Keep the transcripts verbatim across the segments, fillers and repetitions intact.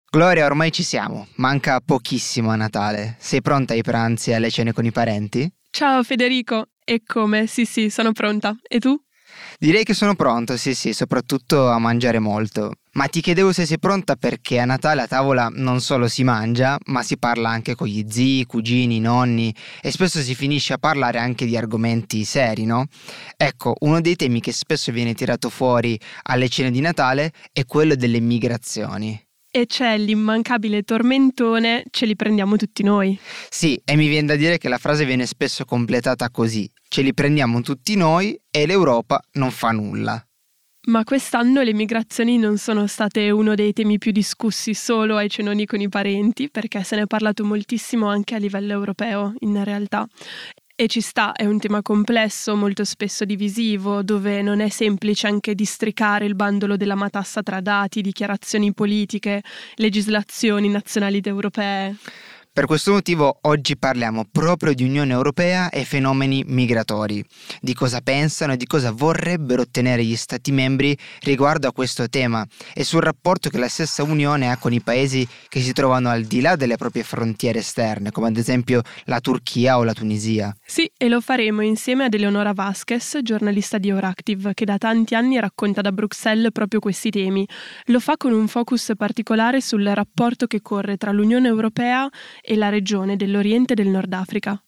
Gloria, ormai ci siamo, manca pochissimo a Natale. Sei pronta ai pranzi e alle cene con i parenti? Ciao Federico, e come? Sì sì, sono pronta. E tu? Direi che sono pronto, sì sì, soprattutto a mangiare molto. Ma ti chiedevo se sei pronta perché a Natale a tavola non solo si mangia, ma si parla anche con gli zii, cugini, nonni e spesso si finisce a parlare anche di argomenti seri, no? Ecco, uno dei temi che spesso viene tirato fuori alle cene di Natale è quello delle migrazioni. E c'è l'immancabile tormentone, ce li prendiamo tutti noi. Sì, e mi viene da dire che la frase viene spesso completata così: ce li prendiamo tutti noi e l'Europa non fa nulla. Ma quest'anno le migrazioni non sono state uno dei temi più discussi solo ai cenoni con i parenti, perché se ne è parlato moltissimo anche a livello europeo, in realtà. E ci sta, è un tema complesso, molto spesso divisivo, dove non è semplice anche districare il bandolo della matassa tra dati, dichiarazioni politiche, legislazioni nazionali ed europee. Per questo motivo oggi parliamo proprio di Unione Europea e fenomeni migratori, di cosa pensano e di cosa vorrebbero ottenere gli Stati membri riguardo a questo tema e sul rapporto che la stessa Unione ha con i paesi che si trovano al di là delle proprie frontiere esterne, come ad esempio la Turchia o la Tunisia. Sì, e lo faremo insieme ad Eleonora Vasquez, giornalista di Euractiv, che da tanti anni racconta da Bruxelles proprio questi temi. Lo fa con un focus particolare sul rapporto che corre tra l'Unione Europea e la regione dell'Oriente e del Nord Africa.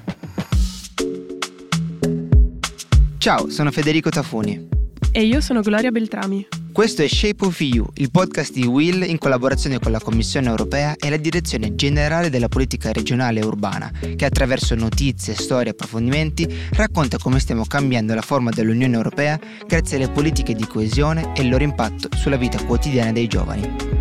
Ciao, sono Federico Tafuni. E io sono Gloria Beltrami. Questo è Shape of E U, il podcast di Will in collaborazione con la Commissione Europea e la Direzione Generale della Politica Regionale e Urbana, che attraverso notizie, storie e approfondimenti racconta come stiamo cambiando la forma dell'Unione Europea grazie alle politiche di coesione e il loro impatto sulla vita quotidiana dei giovani.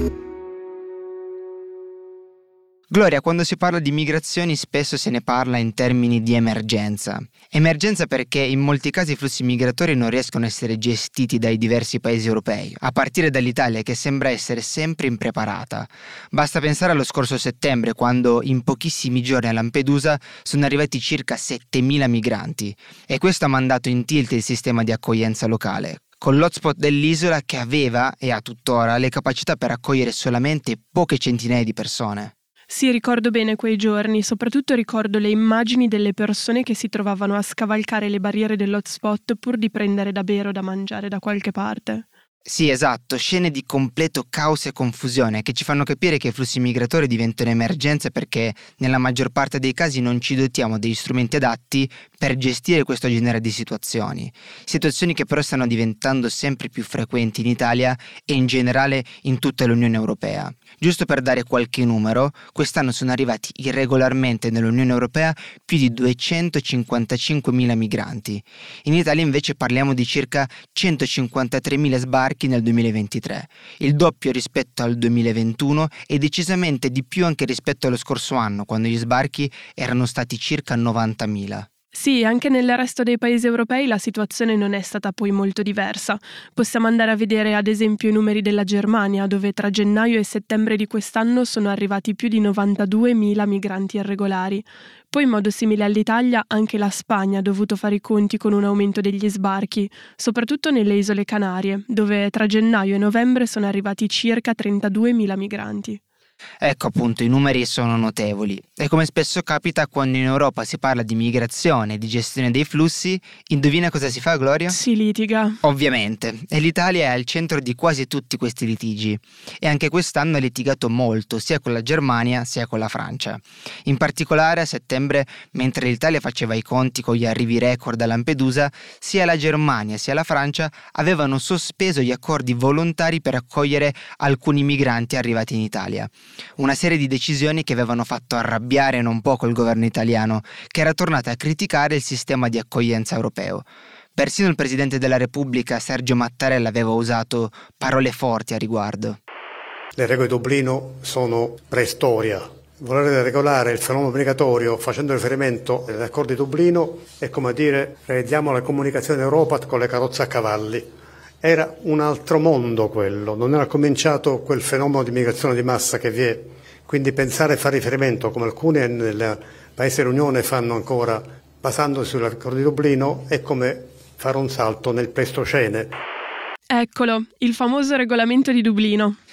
Gloria, quando si parla di migrazioni spesso se ne parla in termini di emergenza. Emergenza perché in molti casi i flussi migratori non riescono a essere gestiti dai diversi paesi europei, a partire dall'Italia che sembra essere sempre impreparata. Basta pensare allo scorso settembre, quando in pochissimi giorni a Lampedusa sono arrivati circa settemila migranti e questo ha mandato in tilt il sistema di accoglienza locale, con l'hotspot dell'isola che aveva e ha tuttora le capacità per accogliere solamente poche centinaia di persone. Sì, ricordo bene quei giorni, soprattutto ricordo le immagini delle persone che si trovavano a scavalcare le barriere dell'hotspot pur di prendere da bere o da mangiare da qualche parte. Sì, esatto, scene di completo caos e confusione che ci fanno capire che i flussi migratori diventano emergenze perché nella maggior parte dei casi non ci dotiamo degli strumenti adatti per gestire questo genere di situazioni. Situazioni che però stanno diventando sempre più frequenti in Italia e in generale in tutta l'Unione Europea. Giusto per dare qualche numero, quest'anno sono arrivati irregolarmente nell'Unione Europea più di duecentocinquantacinquemila migranti. In Italia invece parliamo di circa centocinquantatremila sbarchi nel duemilaventitré, il doppio rispetto al duemilaventuno e decisamente di più anche rispetto allo scorso anno, quando gli sbarchi erano stati circa novantamila. Sì, anche nel resto dei paesi europei la situazione non è stata poi molto diversa. Possiamo andare a vedere ad esempio i numeri della Germania, dove tra gennaio e settembre di quest'anno sono arrivati più di novantaduemila migranti irregolari. Poi in modo simile all'Italia anche la Spagna ha dovuto fare i conti con un aumento degli sbarchi, soprattutto nelle isole Canarie, dove tra gennaio e novembre sono arrivati circa trentaduemila migranti. Ecco appunto, i numeri sono notevoli e come spesso capita quando in Europa si parla di migrazione e di gestione dei flussi, indovina cosa si fa, Gloria? Si litiga. Ovviamente, e l'Italia è al centro di quasi tutti questi litigi e anche quest'anno ha litigato molto sia con la Germania sia con la Francia. In particolare a settembre, mentre l'Italia faceva i conti con gli arrivi record a Lampedusa, sia la Germania sia la Francia avevano sospeso gli accordi volontari per accogliere alcuni migranti arrivati in Italia. Una serie di decisioni che avevano fatto arrabbiare non poco il governo italiano, che era tornato a criticare il sistema di accoglienza europeo. Persino il Presidente della Repubblica, Sergio Mattarella, aveva usato parole forti a riguardo. Le regole di Dublino sono preistoria. Voler regolare il fenomeno migratorio facendo riferimento agli accordi di Dublino è come dire realizziamo la comunicazione in Europa con le carrozze a cavalli. Era un altro mondo quello, non era cominciato quel fenomeno di migrazione di massa che vi è. Quindi pensare e fare riferimento, come alcuni nel Paese dell'Unione fanno ancora, basandosi sull'accordo di Dublino, è come fare un salto nel Pleistocene. Eccolo, il famoso regolamento di Dublino.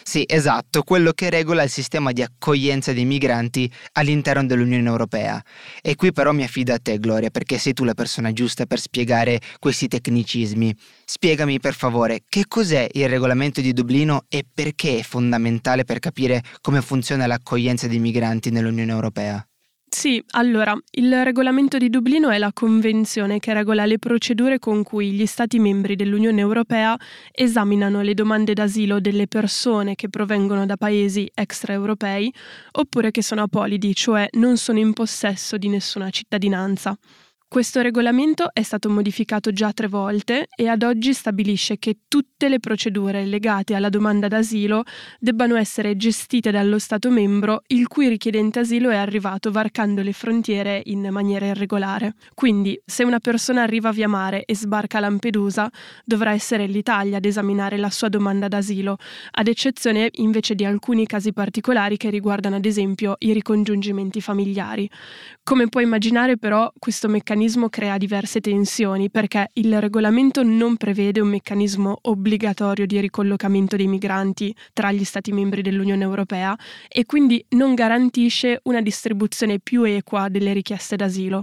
Sì, esatto, quello che regola il sistema di accoglienza dei migranti all'interno dell'Unione Europea. E qui però mi affido a te, Gloria, perché sei tu la persona giusta per spiegare questi tecnicismi. Spiegami per favore che cos'è il regolamento di Dublino e perché è fondamentale per capire come funziona l'accoglienza dei migranti nell'Unione Europea. Sì, allora, il regolamento di Dublino è la convenzione che regola le procedure con cui gli Stati membri dell'Unione Europea esaminano le domande d'asilo delle persone che provengono da paesi extraeuropei oppure che sono apolidi, cioè non sono in possesso di nessuna cittadinanza. Questo regolamento è stato modificato già tre volte e ad oggi stabilisce che tutte le procedure legate alla domanda d'asilo debbano essere gestite dallo Stato membro il cui richiedente asilo è arrivato varcando le frontiere in maniera irregolare. Quindi, se una persona arriva via mare e sbarca a Lampedusa, dovrà essere l'Italia ad esaminare la sua domanda d'asilo, ad eccezione invece di alcuni casi particolari che riguardano ad esempio i ricongiungimenti familiari. Come puoi immaginare però, questo meccanismo crea diverse tensioni perché il regolamento non prevede un meccanismo obbligatorio di ricollocamento dei migranti tra gli Stati membri dell'Unione Europea e quindi non garantisce una distribuzione più equa delle richieste d'asilo.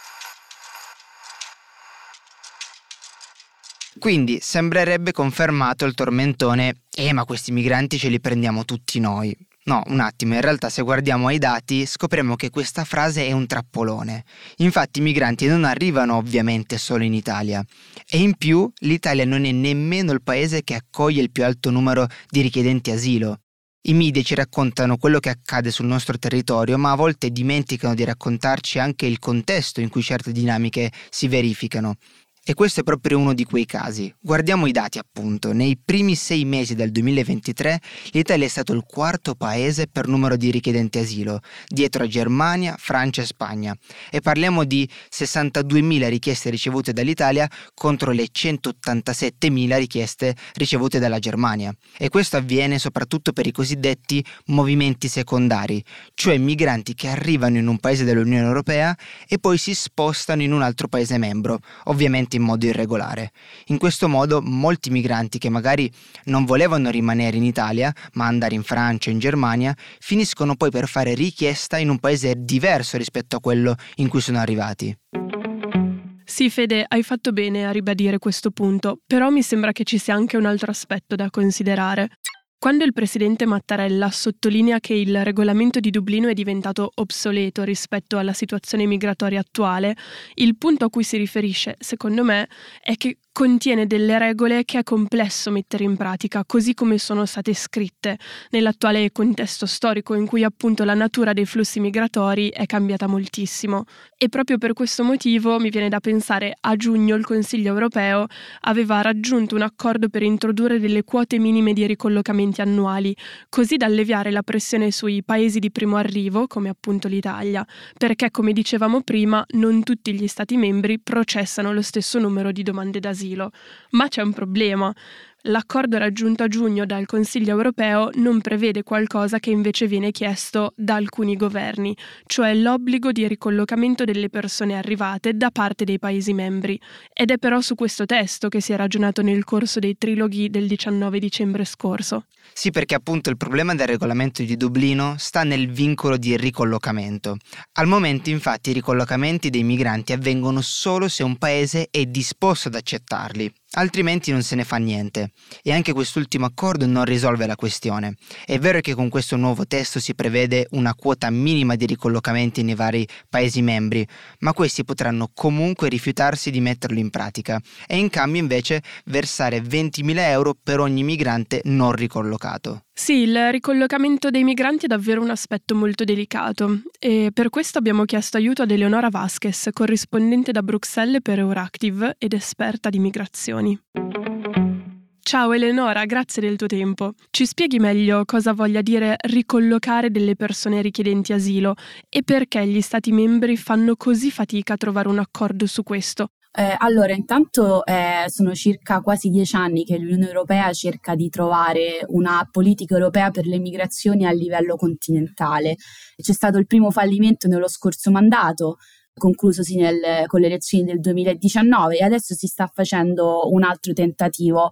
Quindi sembrerebbe confermato il tormentone «Eh, ma questi migranti ce li prendiamo tutti noi». No, un attimo, in realtà se guardiamo ai dati scopriamo che questa frase è un trappolone. Infatti i migranti non arrivano ovviamente solo in Italia. E in più l'Italia non è nemmeno il paese che accoglie il più alto numero di richiedenti asilo. I media ci raccontano quello che accade sul nostro territorio, ma a volte dimenticano di raccontarci anche il contesto in cui certe dinamiche si verificano. E questo è proprio uno di quei casi. Guardiamo i dati appunto. Nei primi sei mesi del duemilaventitré l'Italia è stato il quarto paese per numero di richiedenti asilo, dietro a Germania, Francia e Spagna. E parliamo di sessantaduemila richieste ricevute dall'Italia contro le centottantasettemila richieste ricevute dalla Germania. E questo avviene soprattutto per i cosiddetti movimenti secondari, cioè migranti che arrivano in un paese dell'Unione Europea e poi si spostano in un altro paese membro, ovviamente in modo irregolare. In questo modo molti migranti che magari non volevano rimanere in Italia ma andare in Francia o in Germania finiscono poi per fare richiesta in un paese diverso rispetto a quello in cui sono arrivati. Sì, Fede, hai fatto bene a ribadire questo punto, però mi sembra che ci sia anche un altro aspetto da considerare. Quando il presidente Mattarella sottolinea che il regolamento di Dublino è diventato obsoleto rispetto alla situazione migratoria attuale, il punto a cui si riferisce, secondo me, è che contiene delle regole che è complesso mettere in pratica, così come sono state scritte, nell'attuale contesto storico in cui appunto la natura dei flussi migratori è cambiata moltissimo. E proprio per questo motivo mi viene da pensare a giugno il Consiglio europeo aveva raggiunto un accordo per introdurre delle quote minime di ricollocamenti annuali, così da alleviare la pressione sui paesi di primo arrivo, come appunto l'Italia, perché come dicevamo prima non tutti gli Stati membri processano lo stesso numero di domande d'asilo. Ma c'è un problema. L'accordo raggiunto a giugno dal Consiglio europeo non prevede qualcosa che invece viene chiesto da alcuni governi, cioè l'obbligo di ricollocamento delle persone arrivate da parte dei Paesi membri. Ed è però su questo testo che si è ragionato nel corso dei triloghi del diciannove dicembre scorso. Sì, perché appunto il problema del regolamento di Dublino sta nel vincolo di ricollocamento. Al momento infatti i ricollocamenti dei migranti avvengono solo se un paese è disposto ad accettarli. Altrimenti non se ne fa niente. E anche quest'ultimo accordo non risolve la questione. È vero che con questo nuovo testo si prevede una quota minima di ricollocamenti nei vari Paesi membri, ma questi potranno comunque rifiutarsi di metterlo in pratica e in cambio invece versare ventimila euro per ogni migrante non ricollocato. Sì, il ricollocamento dei migranti è davvero un aspetto molto delicato e per questo abbiamo chiesto aiuto ad Eleonora Vasquez, corrispondente da Bruxelles per Euractiv ed esperta di migrazioni. Ciao Eleonora, grazie del tuo tempo. Ci spieghi meglio cosa voglia dire ricollocare delle persone richiedenti asilo e perché gli Stati membri fanno così fatica a trovare un accordo su questo? Eh, allora, intanto eh, sono circa quasi dieci anni che l'Unione Europea cerca di trovare una politica europea per le migrazioni a livello continentale. C'è stato il primo fallimento nello scorso mandato, conclusosi nel, con le elezioni del duemiladiciannove, e adesso si sta facendo un altro tentativo.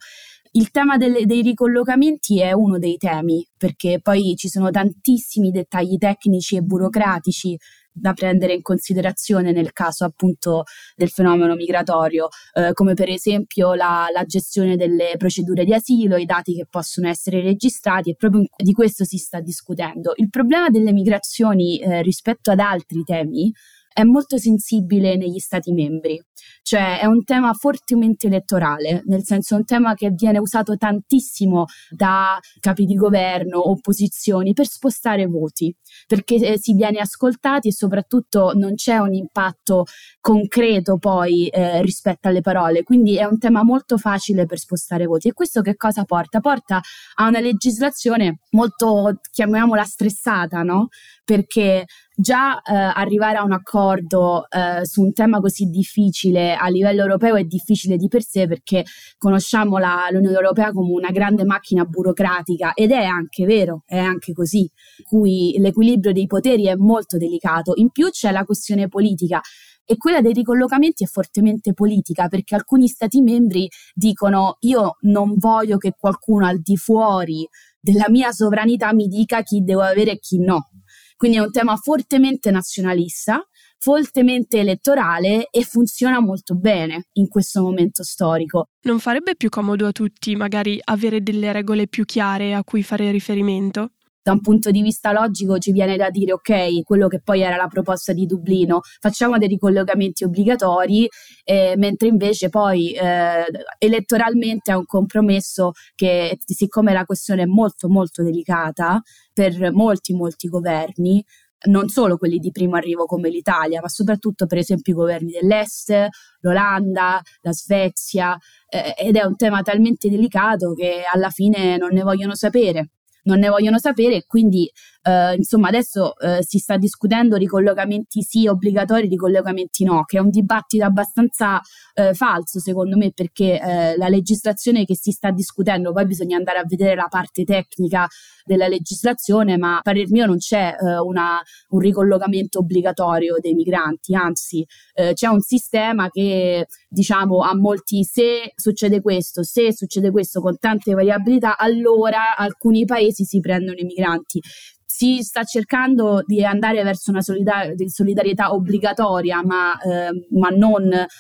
Il tema delle, dei ricollocamenti è uno dei temi, perché poi ci sono tantissimi dettagli tecnici e burocratici da prendere in considerazione nel caso appunto del fenomeno migratorio, eh, come per esempio la, la gestione delle procedure di asilo, i dati che possono essere registrati, e proprio di questo si sta discutendo. Il problema delle migrazioni eh, rispetto ad altri temi è molto sensibile negli Stati membri, cioè è un tema fortemente elettorale, nel senso è un tema che viene usato tantissimo da capi di governo, opposizioni, per spostare voti, perché eh, si viene ascoltati e soprattutto non c'è un impatto concreto poi eh, rispetto alle parole, quindi è un tema molto facile per spostare voti. E questo che cosa porta? Porta a una legislazione molto, chiamiamola stressata, no? Perché già eh, arrivare a un accordo eh, su un tema così difficile a livello europeo è difficile di per sé, perché conosciamo la, l'Unione Europea come una grande macchina burocratica, ed è anche vero, è anche così, in cui l'equilibrio dei poteri è molto delicato. In più c'è la questione politica, e quella dei ricollocamenti è fortemente politica, perché alcuni Stati membri dicono: io non voglio che qualcuno al di fuori della mia sovranità mi dica chi devo avere e chi no. Quindi è un tema fortemente nazionalista, fortemente elettorale, e funziona molto bene in questo momento storico. Non farebbe più comodo a tutti magari avere delle regole più chiare a cui fare riferimento? Da un punto di vista logico ci viene da dire: ok, quello che poi era la proposta di Dublino, facciamo dei ricollocamenti obbligatori, eh, mentre invece poi eh, elettoralmente è un compromesso che, siccome la questione è molto molto delicata per molti molti governi, non solo quelli di primo arrivo come l'Italia, ma soprattutto per esempio i governi dell'Est, l'Olanda, la Svezia, eh, ed è un tema talmente delicato che alla fine non ne vogliono sapere. Non ne vogliono sapere e quindi eh, insomma adesso eh, si sta discutendo ricollocamenti sì obbligatori, ricollocamenti no, che è un dibattito abbastanza eh, falso secondo me, perché eh, la legislazione che si sta discutendo, poi bisogna andare a vedere la parte tecnica della legislazione, ma a parer mio non c'è eh, una, un ricollocamento obbligatorio dei migranti, anzi eh, c'è un sistema che diciamo ha molti se succede questo, se succede questo, con tante variabilità, allora alcuni paesi si prendono i migranti. Si sta cercando di andare verso una solidar- solidarietà obbligatoria, ma, eh, ma non eh,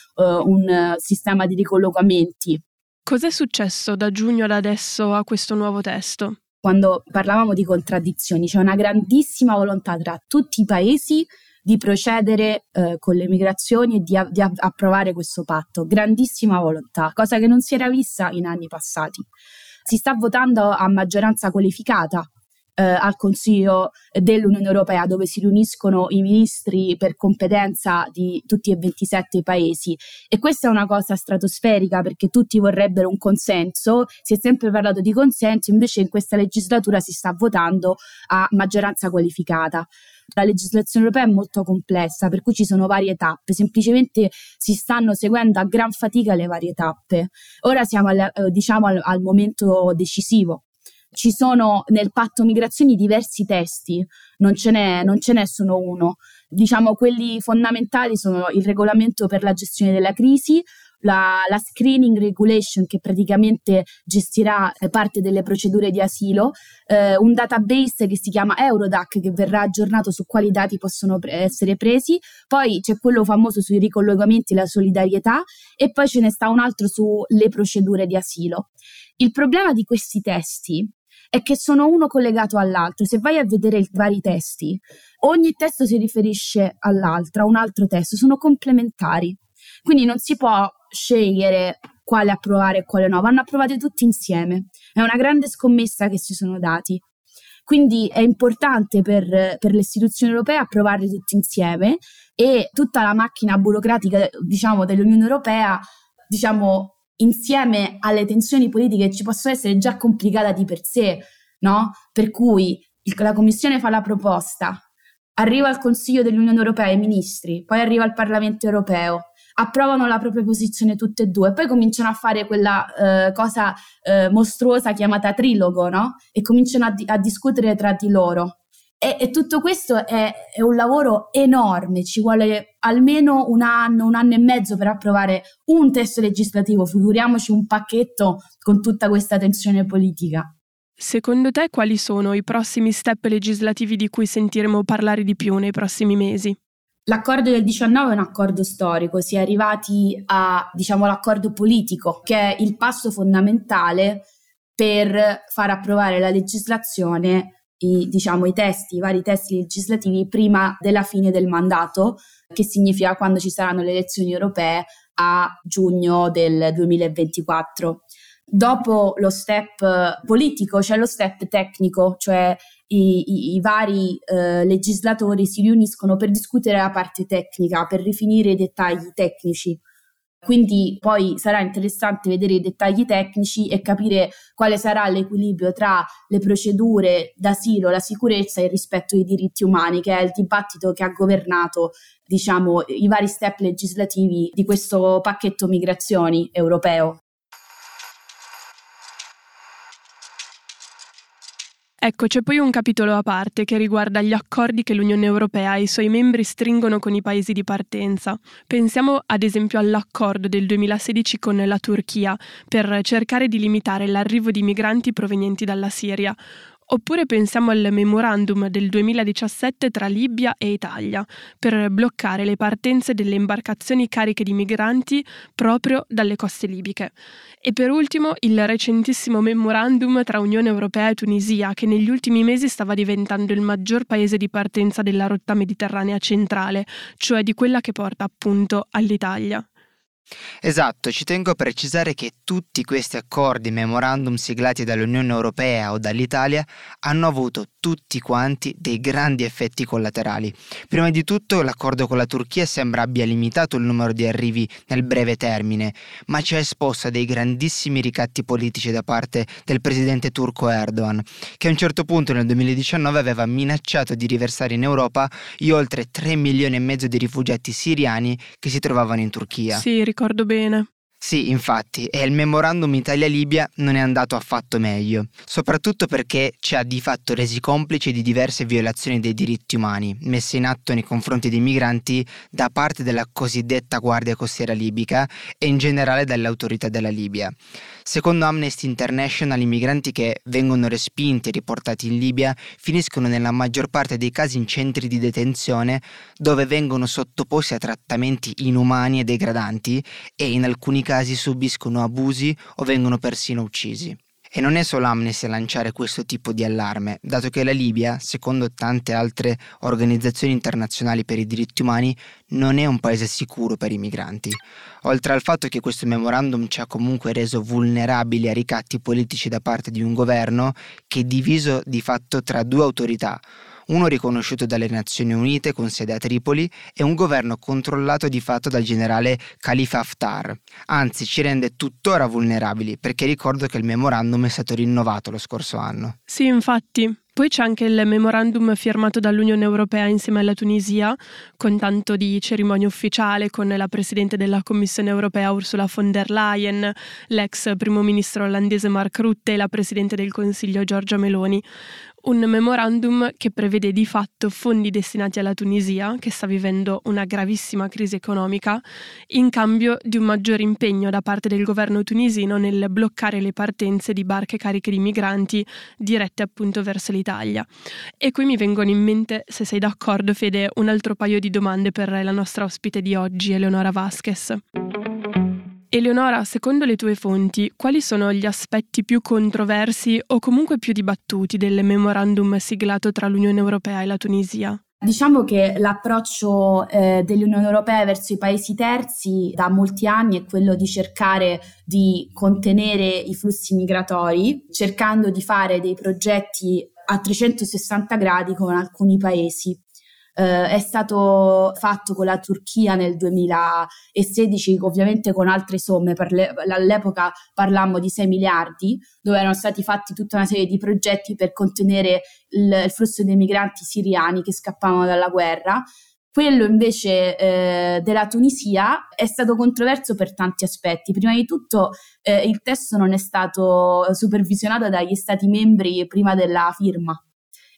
un sistema di ricollocamenti. Cos'è successo da giugno ad adesso a questo nuovo testo? Quando parlavamo di contraddizioni, c'è una grandissima volontà tra tutti i paesi di procedere eh, con le migrazioni e di, a- di a- approvare questo patto. Grandissima volontà, cosa che non si era vista in anni passati. Si sta votando a maggioranza qualificata eh, al Consiglio dell'Unione Europea, dove si riuniscono i ministri per competenza di tutti e ventisette i paesi, e questa è una cosa stratosferica, perché tutti vorrebbero un consenso, si è sempre parlato di consenso, invece in questa legislatura si sta votando a maggioranza qualificata. La legislazione europea è molto complessa, per cui ci sono varie tappe, semplicemente si stanno seguendo a gran fatica le varie tappe. Ora siamo al, eh, diciamo al, al momento decisivo. Ci sono nel patto migrazioni diversi testi, non ce n'è, non ce n'è solo uno. Diciamo quelli fondamentali sono il regolamento per la gestione della crisi, la, la screening regulation che praticamente gestirà parte delle procedure di asilo, eh, un database che si chiama Eurodac che verrà aggiornato su quali dati possono pre- essere presi, poi c'è quello famoso sui ricollocamenti e la solidarietà, e poi ce ne sta un altro sulle procedure di asilo. Il problema di questi testi è che sono uno collegato all'altro. Se vai a vedere i vari testi, ogni testo si riferisce all'altro, a un altro testo, sono complementari. Quindi non si può scegliere quale approvare e quale no, vanno approvati tutti insieme. È una grande scommessa che si sono dati. Quindi è importante per, per le istituzioni europee approvarli tutti insieme, e tutta la macchina burocratica, diciamo, dell'Unione Europea, diciamo, insieme alle tensioni politiche che ci possono essere, già complicata di per sé, no? Per cui il, la Commissione fa la proposta, arriva al Consiglio dell'Unione Europea i ministri, poi arriva al Parlamento Europeo, approvano la propria posizione tutte e due, poi cominciano a fare quella eh, cosa eh, mostruosa chiamata trilogo, no? E cominciano a, di- a discutere tra di loro. E, e tutto questo è, è un lavoro enorme, ci vuole almeno un anno, un anno e mezzo per approvare un testo legislativo, figuriamoci un pacchetto con tutta questa tensione politica. Secondo te quali sono i prossimi step legislativi di cui sentiremo parlare di più nei prossimi mesi? L'accordo del diciannove è un accordo storico, si è arrivati a, diciamo, l'accordo politico, che è il passo fondamentale per far approvare la legislazione, i, diciamo, i testi, i vari testi legislativi prima della fine del mandato, che significa quando ci saranno le elezioni europee a giugno del duemilaventiquattro. Dopo lo step politico c'è lo step tecnico, cioè i, i, i vari eh, legislatori si riuniscono per discutere la parte tecnica, per rifinire i dettagli tecnici. Quindi poi sarà interessante vedere i dettagli tecnici e capire quale sarà l'equilibrio tra le procedure d'asilo, la sicurezza e il rispetto dei diritti umani, che è il dibattito che ha governato, diciamo, i vari step legislativi di questo pacchetto migrazioni europeo. Ecco, c'è poi un capitolo a parte che riguarda gli accordi che l'Unione Europea e i suoi membri stringono con i paesi di partenza. Pensiamo ad esempio all'accordo del duemilasedici con la Turchia per cercare di limitare l'arrivo di migranti provenienti dalla Siria. Oppure pensiamo al memorandum del duemiladiciassette tra Libia e Italia per bloccare le partenze delle imbarcazioni cariche di migranti proprio dalle coste libiche. E per ultimo il recentissimo memorandum tra Unione Europea e Tunisia, che negli ultimi mesi stava diventando il maggior paese di partenza della rotta mediterranea centrale, cioè di quella che porta appunto all'Italia. Esatto, ci tengo a precisare che tutti questi accordi, memorandum siglati dall'Unione Europea o dall'Italia hanno avuto tutti quanti dei grandi effetti collaterali. Prima di tutto l'accordo con la Turchia sembra abbia limitato il numero di arrivi nel breve termine, ma ci ha esposto a dei grandissimi ricatti politici da parte del presidente turco Erdogan, che a un certo punto nel duemiladiciannove aveva minacciato di riversare in Europa gli oltre tre milioni e mezzo di rifugiati siriani che si trovavano in Turchia. Sì, ricordo bene. Sì, infatti, e il memorandum Italia-Libia non è andato affatto meglio, soprattutto perché ci ha di fatto resi complici di diverse violazioni dei diritti umani messe in atto nei confronti dei migranti da parte della cosiddetta Guardia Costiera libica e in generale dalle autorità della Libia. Secondo Amnesty International, i migranti che vengono respinti e riportati in Libia finiscono nella maggior parte dei casi in centri di detenzione dove vengono sottoposti a trattamenti inumani e degradanti e in alcuni casi subiscono abusi o vengono persino uccisi. E non è solo Amnesty a lanciare questo tipo di allarme, dato che la Libia, secondo tante altre organizzazioni internazionali per i diritti umani, non è un paese sicuro per i migranti. Oltre al fatto che questo memorandum ci ha comunque reso vulnerabili a ricatti politici da parte di un governo che è diviso di fatto tra due autorità, uno riconosciuto dalle Nazioni Unite con sede a Tripoli e un governo controllato di fatto dal generale Khalifa Haftar. Anzi, ci rende tuttora vulnerabili, perché ricordo che il memorandum è stato rinnovato lo scorso anno. Sì, infatti. Poi c'è anche il memorandum firmato dall'Unione Europea insieme alla Tunisia, con tanto di cerimonia ufficiale con la Presidente della Commissione Europea Ursula von der Leyen, l'ex primo ministro olandese Mark Rutte e la Presidente del Consiglio Giorgia Meloni. Un memorandum che prevede di fatto fondi destinati alla Tunisia, che sta vivendo una gravissima crisi economica, in cambio di un maggiore impegno da parte del governo tunisino nel bloccare le partenze di barche cariche di migranti dirette appunto verso l'Italia. E qui mi vengono in mente, se sei d'accordo Fede, un altro paio di domande per la nostra ospite di oggi, Eleonora Vasquez. Eleonora, secondo le tue fonti, quali sono gli aspetti più controversi o comunque più dibattuti del memorandum siglato tra l'Unione Europea e la Tunisia? Diciamo che l'approccio eh, dell'Unione Europea verso i paesi terzi da molti anni è quello di cercare di contenere i flussi migratori, cercando di fare dei progetti a trecentosessanta gradi con alcuni paesi. Uh, è stato fatto con la Turchia nel duemilasedici, ovviamente con altre somme, per le, all'epoca parlammo di sei miliardi, dove erano stati fatti tutta una serie di progetti per contenere il, il flusso dei migranti siriani che scappavano dalla guerra. Quello invece eh, della Tunisia è stato controverso per tanti aspetti. Prima di tutto eh, il testo non è stato supervisionato dagli Stati membri prima della firma.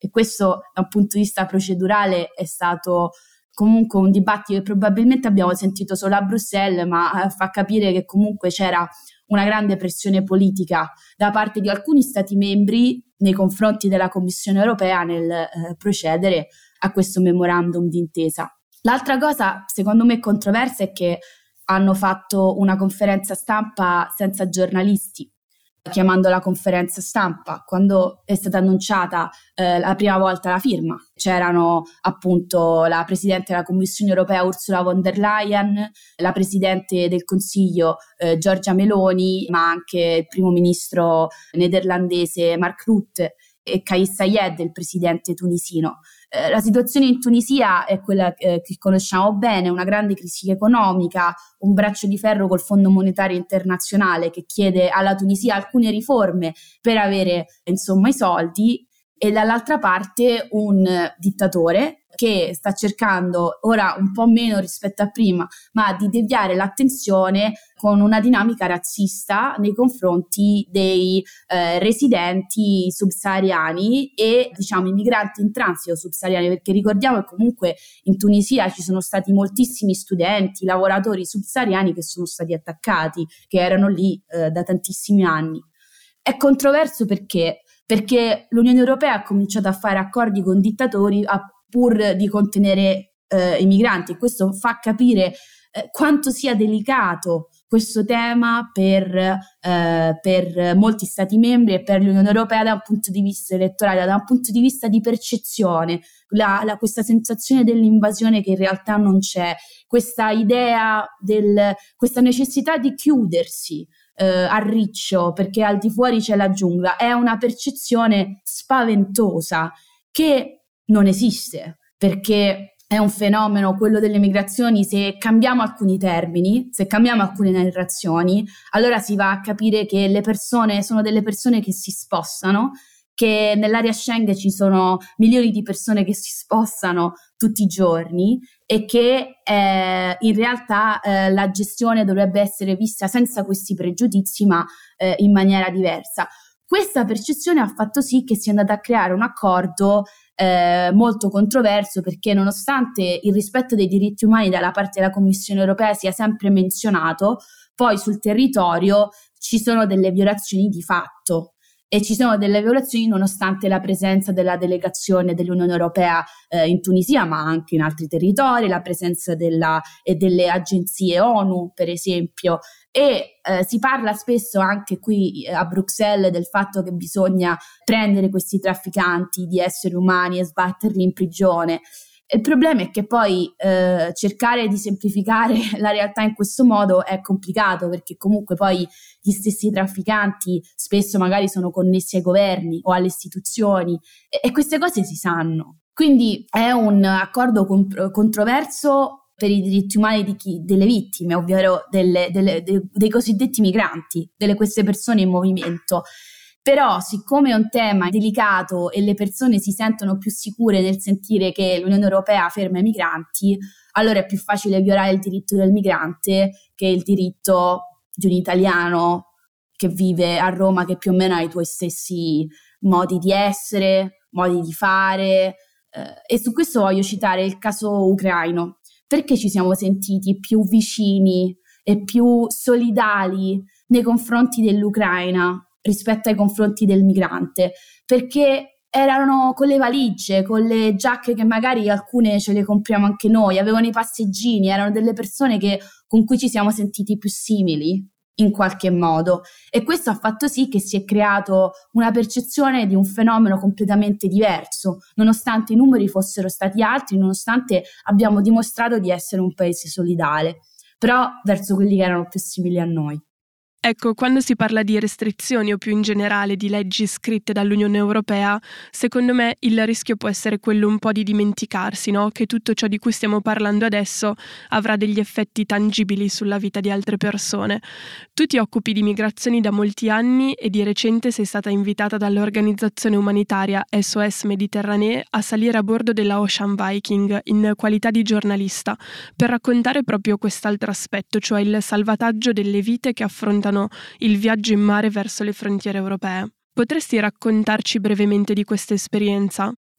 E questo da un punto di vista procedurale è stato comunque un dibattito che probabilmente abbiamo sentito solo a Bruxelles, ma fa capire che comunque c'era una grande pressione politica da parte di alcuni Stati membri nei confronti della Commissione europea nel eh, procedere a questo memorandum d'intesa. L'altra cosa, secondo me, controversa è che hanno fatto una conferenza stampa senza giornalisti, chiamandola conferenza stampa, quando è stata annunciata eh, la prima volta la firma. C'erano appunto la Presidente della Commissione europea Ursula von der Leyen, la Presidente del Consiglio eh, Giorgia Meloni, ma anche il Primo Ministro nederlandese Mark Rutte e Kais Saied, il Presidente tunisino. Eh, la situazione in Tunisia è quella eh, che conosciamo bene, una grande crisi economica, un braccio di ferro col Fondo Monetario Internazionale che chiede alla Tunisia alcune riforme per avere insomma i soldi, e dall'altra parte un dittatore che sta cercando, ora un po' meno rispetto a prima, ma di deviare l'attenzione con una dinamica razzista nei confronti dei eh, residenti subsahariani e diciamo i migranti in transito subsahariani, perché ricordiamo che comunque in Tunisia ci sono stati moltissimi studenti, lavoratori subsahariani che sono stati attaccati, che erano lì eh, da tantissimi anni. È controverso perché perché l'Unione Europea ha cominciato a fare accordi con dittatori a, pur di contenere eh, i migranti. Questo fa capire eh, quanto sia delicato questo tema per, eh, per molti Stati membri e per l'Unione Europea da un punto di vista elettorale, da un punto di vista di percezione, la, la, questa sensazione dell'invasione che in realtà non c'è, questa idea, del, questa necessità di chiudersi Eh, a riccio perché al di fuori c'è la giungla, è una percezione spaventosa che non esiste, perché è un fenomeno, quello delle migrazioni. Se cambiamo alcuni termini, se cambiamo alcune narrazioni, allora si va a capire che le persone sono delle persone che si spostano, che nell'area Schengen ci sono milioni di persone che si spostano tutti i giorni e che eh, in realtà eh, la gestione dovrebbe essere vista senza questi pregiudizi, ma eh, in maniera diversa. Questa percezione ha fatto sì che sia andata a creare un accordo eh, molto controverso, perché nonostante il rispetto dei diritti umani dalla parte della Commissione europea sia sempre menzionato, poi sul territorio ci sono delle violazioni di fatto. E ci sono delle violazioni nonostante la presenza della delegazione dell'Unione Europea eh, in Tunisia, ma anche in altri territori, la presenza della, e delle agenzie ONU, per esempio. E eh, si parla spesso anche qui a Bruxelles del fatto che bisogna prendere questi trafficanti di esseri umani e sbatterli in prigione. Il problema è che poi eh, cercare di semplificare la realtà in questo modo è complicato, perché comunque poi gli stessi trafficanti spesso magari sono connessi ai governi o alle istituzioni e, e queste cose si sanno. Quindi è un accordo comp- controverso per i diritti umani di chi, delle vittime, ovvero delle, delle, de, dei cosiddetti migranti, delle queste persone in movimento. Però siccome è un tema delicato e le persone si sentono più sicure nel sentire che l'Unione Europea ferma i migranti, allora è più facile violare il diritto del migrante che il diritto di un italiano che vive a Roma, che più o meno ha i tuoi stessi modi di essere, modi di fare. Eh, e su questo voglio citare il caso ucraino, perché ci siamo sentiti più vicini e più solidali nei confronti dell'Ucraina rispetto ai confronti del migrante, perché erano con le valigie, con le giacche che magari alcune ce le compriamo anche noi, avevano i passeggini, erano delle persone che, con cui ci siamo sentiti più simili in qualche modo, e questo ha fatto sì che si è creato una percezione di un fenomeno completamente diverso, nonostante i numeri fossero stati altri, nonostante abbiamo dimostrato di essere un paese solidale, però verso quelli che erano più simili a noi. Ecco, quando si parla di restrizioni o più in generale di leggi scritte dall'Unione Europea, secondo me il rischio può essere quello un po' di dimenticarsi, no? Che tutto ciò di cui stiamo parlando adesso avrà degli effetti tangibili sulla vita di altre persone. Tu ti occupi di migrazioni da molti anni e di recente sei stata invitata dall'organizzazione umanitaria S O S Méditerranée a salire a bordo della Ocean Viking in qualità di giornalista per raccontare proprio quest'altro aspetto, cioè il salvataggio delle vite che affrontano il viaggio in mare verso le frontiere europee. Potresti raccontarci brevemente di questa esperienza?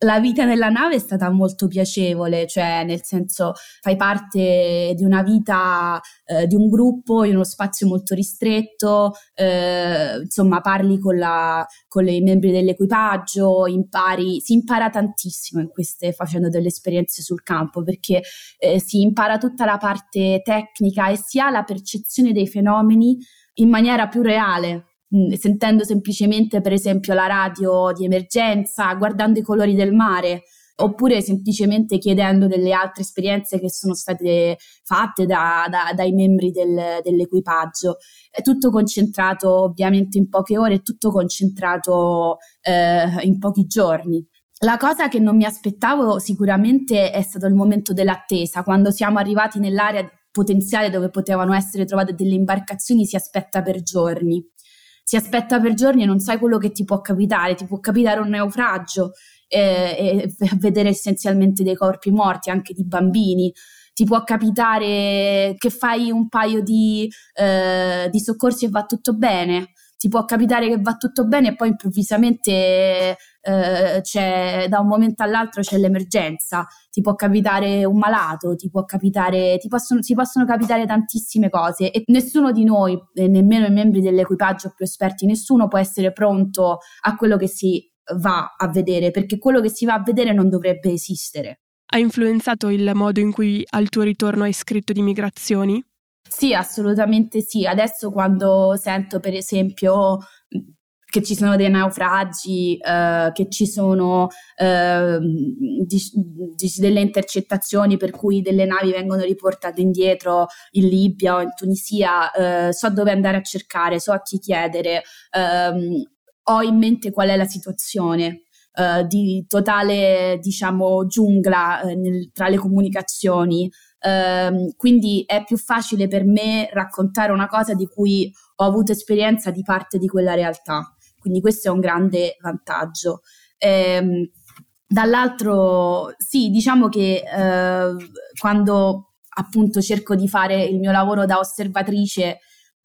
La vita nella nave è stata molto piacevole, cioè nel senso fai parte di una vita, eh, di un gruppo in uno spazio molto ristretto, eh, insomma parli con, la, con i membri dell'equipaggio, impari, si impara tantissimo in queste, facendo delle esperienze sul campo, perché eh, si impara tutta la parte tecnica e si ha la percezione dei fenomeni in maniera più reale. Sentendo semplicemente per esempio la radio di emergenza, guardando i colori del mare, oppure semplicemente chiedendo delle altre esperienze che sono state fatte da, da, dai membri del, dell'equipaggio. È tutto concentrato ovviamente in poche ore, è tutto concentrato eh, in pochi giorni. La cosa che non mi aspettavo sicuramente è stato il momento dell'attesa. Quando siamo arrivati nell'area potenziale dove potevano essere trovate delle imbarcazioni, si aspetta per giorni. Si aspetta per giorni e non sai quello che ti può capitare, ti può capitare un naufragio eh, e vedere essenzialmente dei corpi morti, anche di bambini, ti può capitare che fai un paio di, eh, di soccorsi e va tutto bene, ti può capitare che va tutto bene e poi improvvisamente eh, c'è, da un momento all'altro c'è l'emergenza, ti può capitare un malato, ti può capitare, ti possono, ti possono capitare tantissime cose e nessuno di noi, eh, nemmeno i membri dell'equipaggio più esperti, nessuno può essere pronto a quello che si va a vedere, perché quello che si va a vedere non dovrebbe esistere. Ha influenzato il modo in cui al tuo ritorno hai scritto di migrazioni? Sì, assolutamente sì. Adesso quando sento per esempio che ci sono dei naufragi, eh, che ci sono eh, di, di, delle intercettazioni per cui delle navi vengono riportate indietro in Libia o in Tunisia, eh, so dove andare a cercare, so a chi chiedere, ehm, ho in mente qual è la situazione. Uh, di totale, diciamo, giungla uh, nel, tra le comunicazioni, uh, quindi è più facile per me raccontare una cosa di cui ho avuto esperienza di parte di quella realtà, quindi questo è un grande vantaggio. Um, dall'altro sì, diciamo che uh, quando appunto cerco di fare il mio lavoro da osservatrice,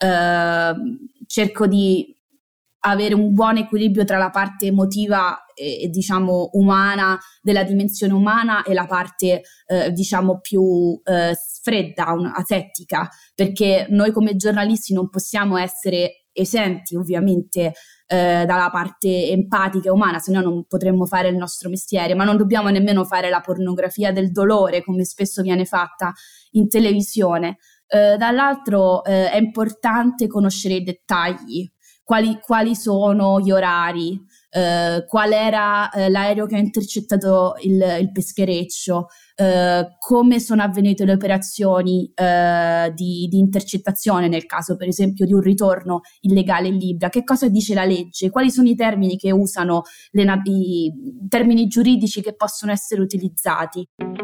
uh, cerco di avere un buon equilibrio tra la parte emotiva e, e diciamo umana, della dimensione umana, e la parte eh, diciamo più eh, fredda, un, asettica, perché noi come giornalisti non possiamo essere esenti ovviamente eh, dalla parte empatica e umana, se no non potremmo fare il nostro mestiere, ma non dobbiamo nemmeno fare la pornografia del dolore come spesso viene fatta in televisione. Eh, dall'altro eh, è importante conoscere i dettagli. Quali, quali sono gli orari, eh, qual era eh, l'aereo che ha intercettato il, il peschereccio, eh, come sono avvenute le operazioni eh, di, di intercettazione nel caso per esempio di un ritorno illegale in Libia, che cosa dice la legge, quali sono i termini che usano, le, i termini giuridici che possono essere utilizzati.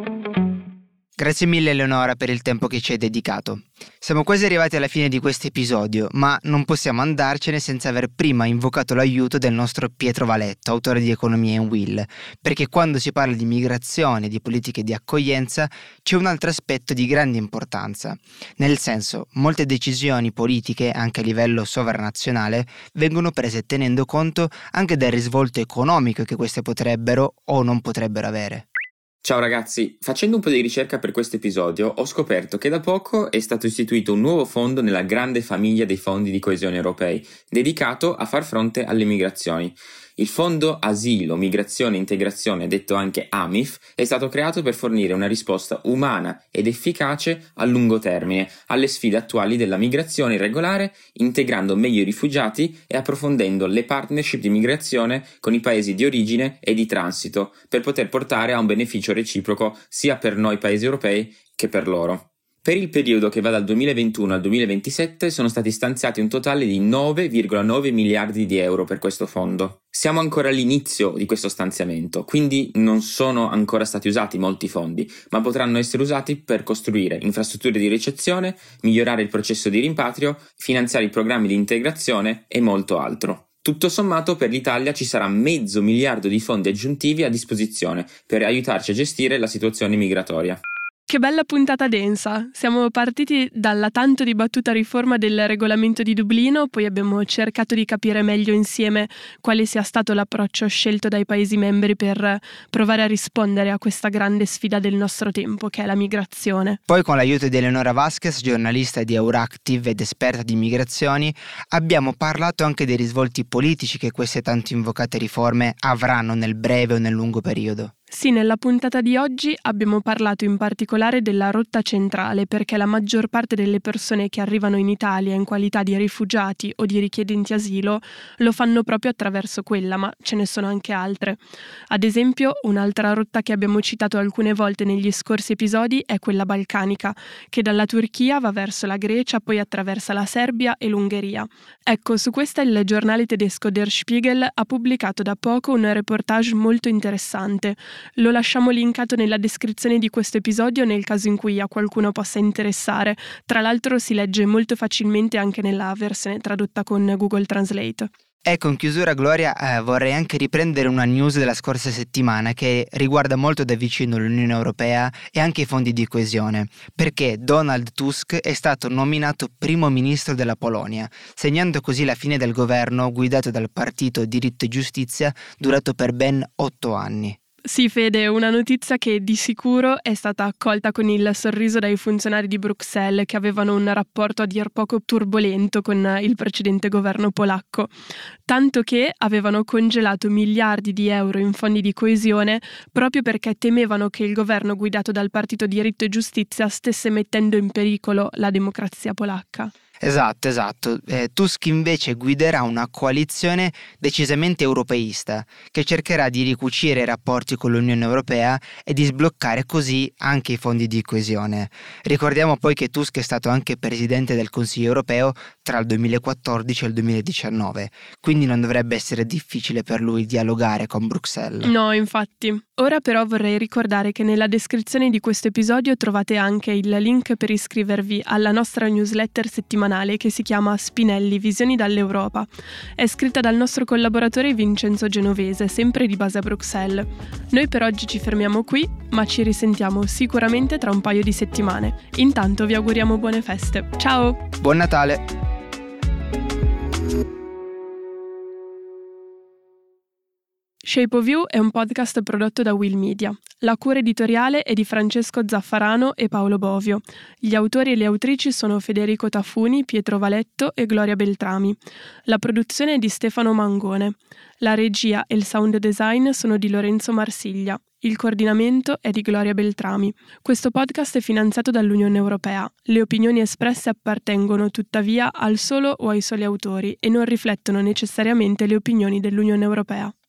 Grazie mille Eleonora per il tempo che ci hai dedicato. Siamo quasi arrivati alla fine di questo episodio, ma non possiamo andarcene senza aver prima invocato l'aiuto del nostro Pietro Valetto, autore di Economia in Will, perché quando si parla di migrazione e di politiche di accoglienza c'è un altro aspetto di grande importanza. Nel senso, molte decisioni politiche, anche a livello sovranazionale, vengono prese tenendo conto anche del risvolto economico che queste potrebbero o non potrebbero avere. Ciao ragazzi, facendo un po' di ricerca per questo episodio ho scoperto che da poco è stato istituito un nuovo fondo nella grande famiglia dei fondi di coesione europei, dedicato a far fronte alle migrazioni. Il Fondo Asilo, Migrazione e Integrazione, detto anche A M I F, è stato creato per fornire una risposta umana ed efficace a lungo termine alle sfide attuali della migrazione irregolare, integrando meglio i rifugiati e approfondendo le partnership di migrazione con i paesi di origine e di transito, per poter portare a un beneficio reciproco sia per noi paesi europei che per loro. Per il periodo che va dal duemilaventuno al duemilaventisette sono stati stanziati un totale di nove virgola nove miliardi di euro per questo fondo. Siamo ancora all'inizio di questo stanziamento, quindi non sono ancora stati usati molti fondi, ma potranno essere usati per costruire infrastrutture di ricezione, migliorare il processo di rimpatrio, finanziare i programmi di integrazione e molto altro. Tutto sommato per l'Italia ci sarà mezzo miliardo di fondi aggiuntivi a disposizione per aiutarci a gestire la situazione migratoria. Che bella puntata densa! Siamo partiti dalla tanto dibattuta riforma del regolamento di Dublino, poi abbiamo cercato di capire meglio insieme quale sia stato l'approccio scelto dai Paesi membri per provare a rispondere a questa grande sfida del nostro tempo, che è la migrazione. Poi, con l'aiuto di Eleonora Vasquez, giornalista di Euractiv ed esperta di migrazioni, abbiamo parlato anche dei risvolti politici che queste tanto invocate riforme avranno nel breve o nel lungo periodo. Sì, nella puntata di oggi abbiamo parlato in particolare della rotta centrale, perché la maggior parte delle persone che arrivano in Italia in qualità di rifugiati o di richiedenti asilo lo fanno proprio attraverso quella, ma ce ne sono anche altre. Ad esempio, un'altra rotta che abbiamo citato alcune volte negli scorsi episodi è quella balcanica, che dalla Turchia va verso la Grecia, poi attraversa la Serbia e l'Ungheria. Ecco, su questa il giornale tedesco Der Spiegel ha pubblicato da poco un reportage molto interessante. Lo lasciamo linkato nella descrizione di questo episodio nel caso in cui a qualcuno possa interessare. Tra l'altro si legge molto facilmente anche nella versione tradotta con Google Translate. Ecco, in chiusura, Gloria, eh, vorrei anche riprendere una news della scorsa settimana che riguarda molto da vicino l'Unione Europea e anche i fondi di coesione, perché Donald Tusk è stato nominato primo ministro della Polonia, segnando così la fine del governo guidato dal partito Diritto e Giustizia, durato per ben otto anni. Sì, Fede, una notizia che di sicuro è stata accolta con il sorriso dai funzionari di Bruxelles, che avevano un rapporto a dir poco turbolento con il precedente governo polacco, tanto che avevano congelato miliardi di euro in fondi di coesione proprio perché temevano che il governo guidato dal partito Diritto e Giustizia stesse mettendo in pericolo la democrazia polacca. Esatto, esatto. Eh, Tusk invece guiderà una coalizione decisamente europeista che cercherà di ricucire i rapporti con l'Unione Europea e di sbloccare così anche i fondi di coesione. Ricordiamo poi che Tusk è stato anche presidente del Consiglio Europeo tra il duemilaquattordici e il duemiladiciannove, quindi non dovrebbe essere difficile per lui dialogare con Bruxelles. No, infatti. Ora però vorrei ricordare che nella descrizione di questo episodio trovate anche il link per iscrivervi alla nostra newsletter settimanale che si chiama Spinelli, Visioni dall'Europa. È scritta dal nostro collaboratore Vincenzo Genovese, sempre di base a Bruxelles. Noi per oggi ci fermiamo qui, ma ci risentiamo sicuramente tra un paio di settimane. Intanto vi auguriamo buone feste. Ciao! Buon Natale! Shape of You è un podcast prodotto da Will Media. La cura editoriale è di Francesco Zaffarano e Paolo Bovio. Gli autori e le autrici sono Federico Tafuni, Pietro Valetto e Gloria Beltrami. La produzione è di Stefano Mangone. La regia e il sound design sono di Lorenzo Marsiglia. Il coordinamento è di Gloria Beltrami. Questo podcast è finanziato dall'Unione Europea. Le opinioni espresse appartengono tuttavia al solo o ai soli autori e non riflettono necessariamente le opinioni dell'Unione Europea.